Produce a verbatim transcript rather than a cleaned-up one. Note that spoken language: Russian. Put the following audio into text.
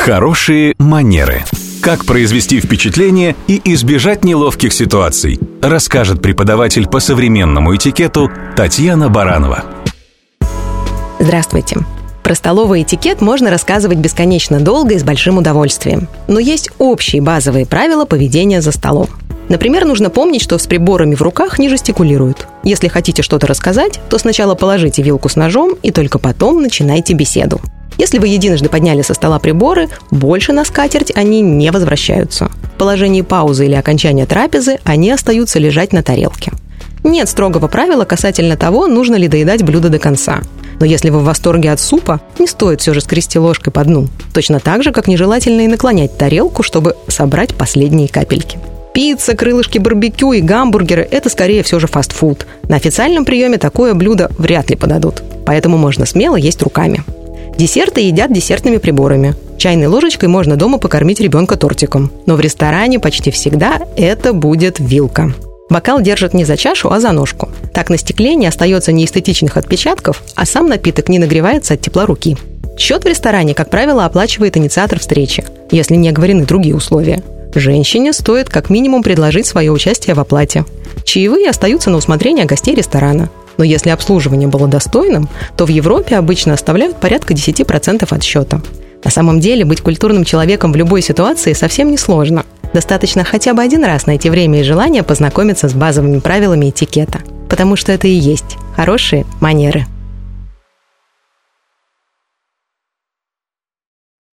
Хорошие манеры. Как произвести впечатление и избежать неловких ситуаций, расскажет преподаватель по современному этикету Татьяна Баранова. Здравствуйте. Про столовый этикет можно рассказывать бесконечно долго и с большим удовольствием. Но есть общие базовые правила поведения за столом. Например, нужно помнить, что с приборами в руках не жестикулируют. Если хотите что-то рассказать, то сначала положите вилку с ножом и только потом начинайте беседу. Если вы единожды подняли со стола приборы, больше на скатерть они не возвращаются. В положении паузы или окончания трапезы они остаются лежать на тарелке. Нет строгого правила касательно того, нужно ли доедать блюдо до конца. Но если вы в восторге от супа, не стоит все же скрести ложкой по дну. Точно так же, как нежелательно и наклонять тарелку, чтобы собрать последние капельки. Пицца, крылышки барбекю и гамбургеры – это скорее все же фастфуд. На официальном приеме такое блюдо вряд ли подадут. Поэтому можно смело есть руками. Десерты едят десертными приборами. Чайной ложечкой можно дома покормить ребенка тортиком. Но в ресторане почти всегда это будет вилка. Бокал держат не за чашу, а за ножку. Так на стекле не остается неэстетичных отпечатков, а сам напиток не нагревается от тепла руки. Счет в ресторане, как правило, оплачивает инициатор встречи, если не оговорены другие условия. Женщине стоит как минимум предложить свое участие в оплате. Чаевые остаются на усмотрение гостей ресторана. Но если обслуживание было достойным, то в Европе обычно оставляют порядка десять процентов от счета. На самом деле, быть культурным человеком в любой ситуации совсем не сложно. Достаточно хотя бы один раз найти время и желание познакомиться с базовыми правилами этикета. Потому что это и есть хорошие манеры.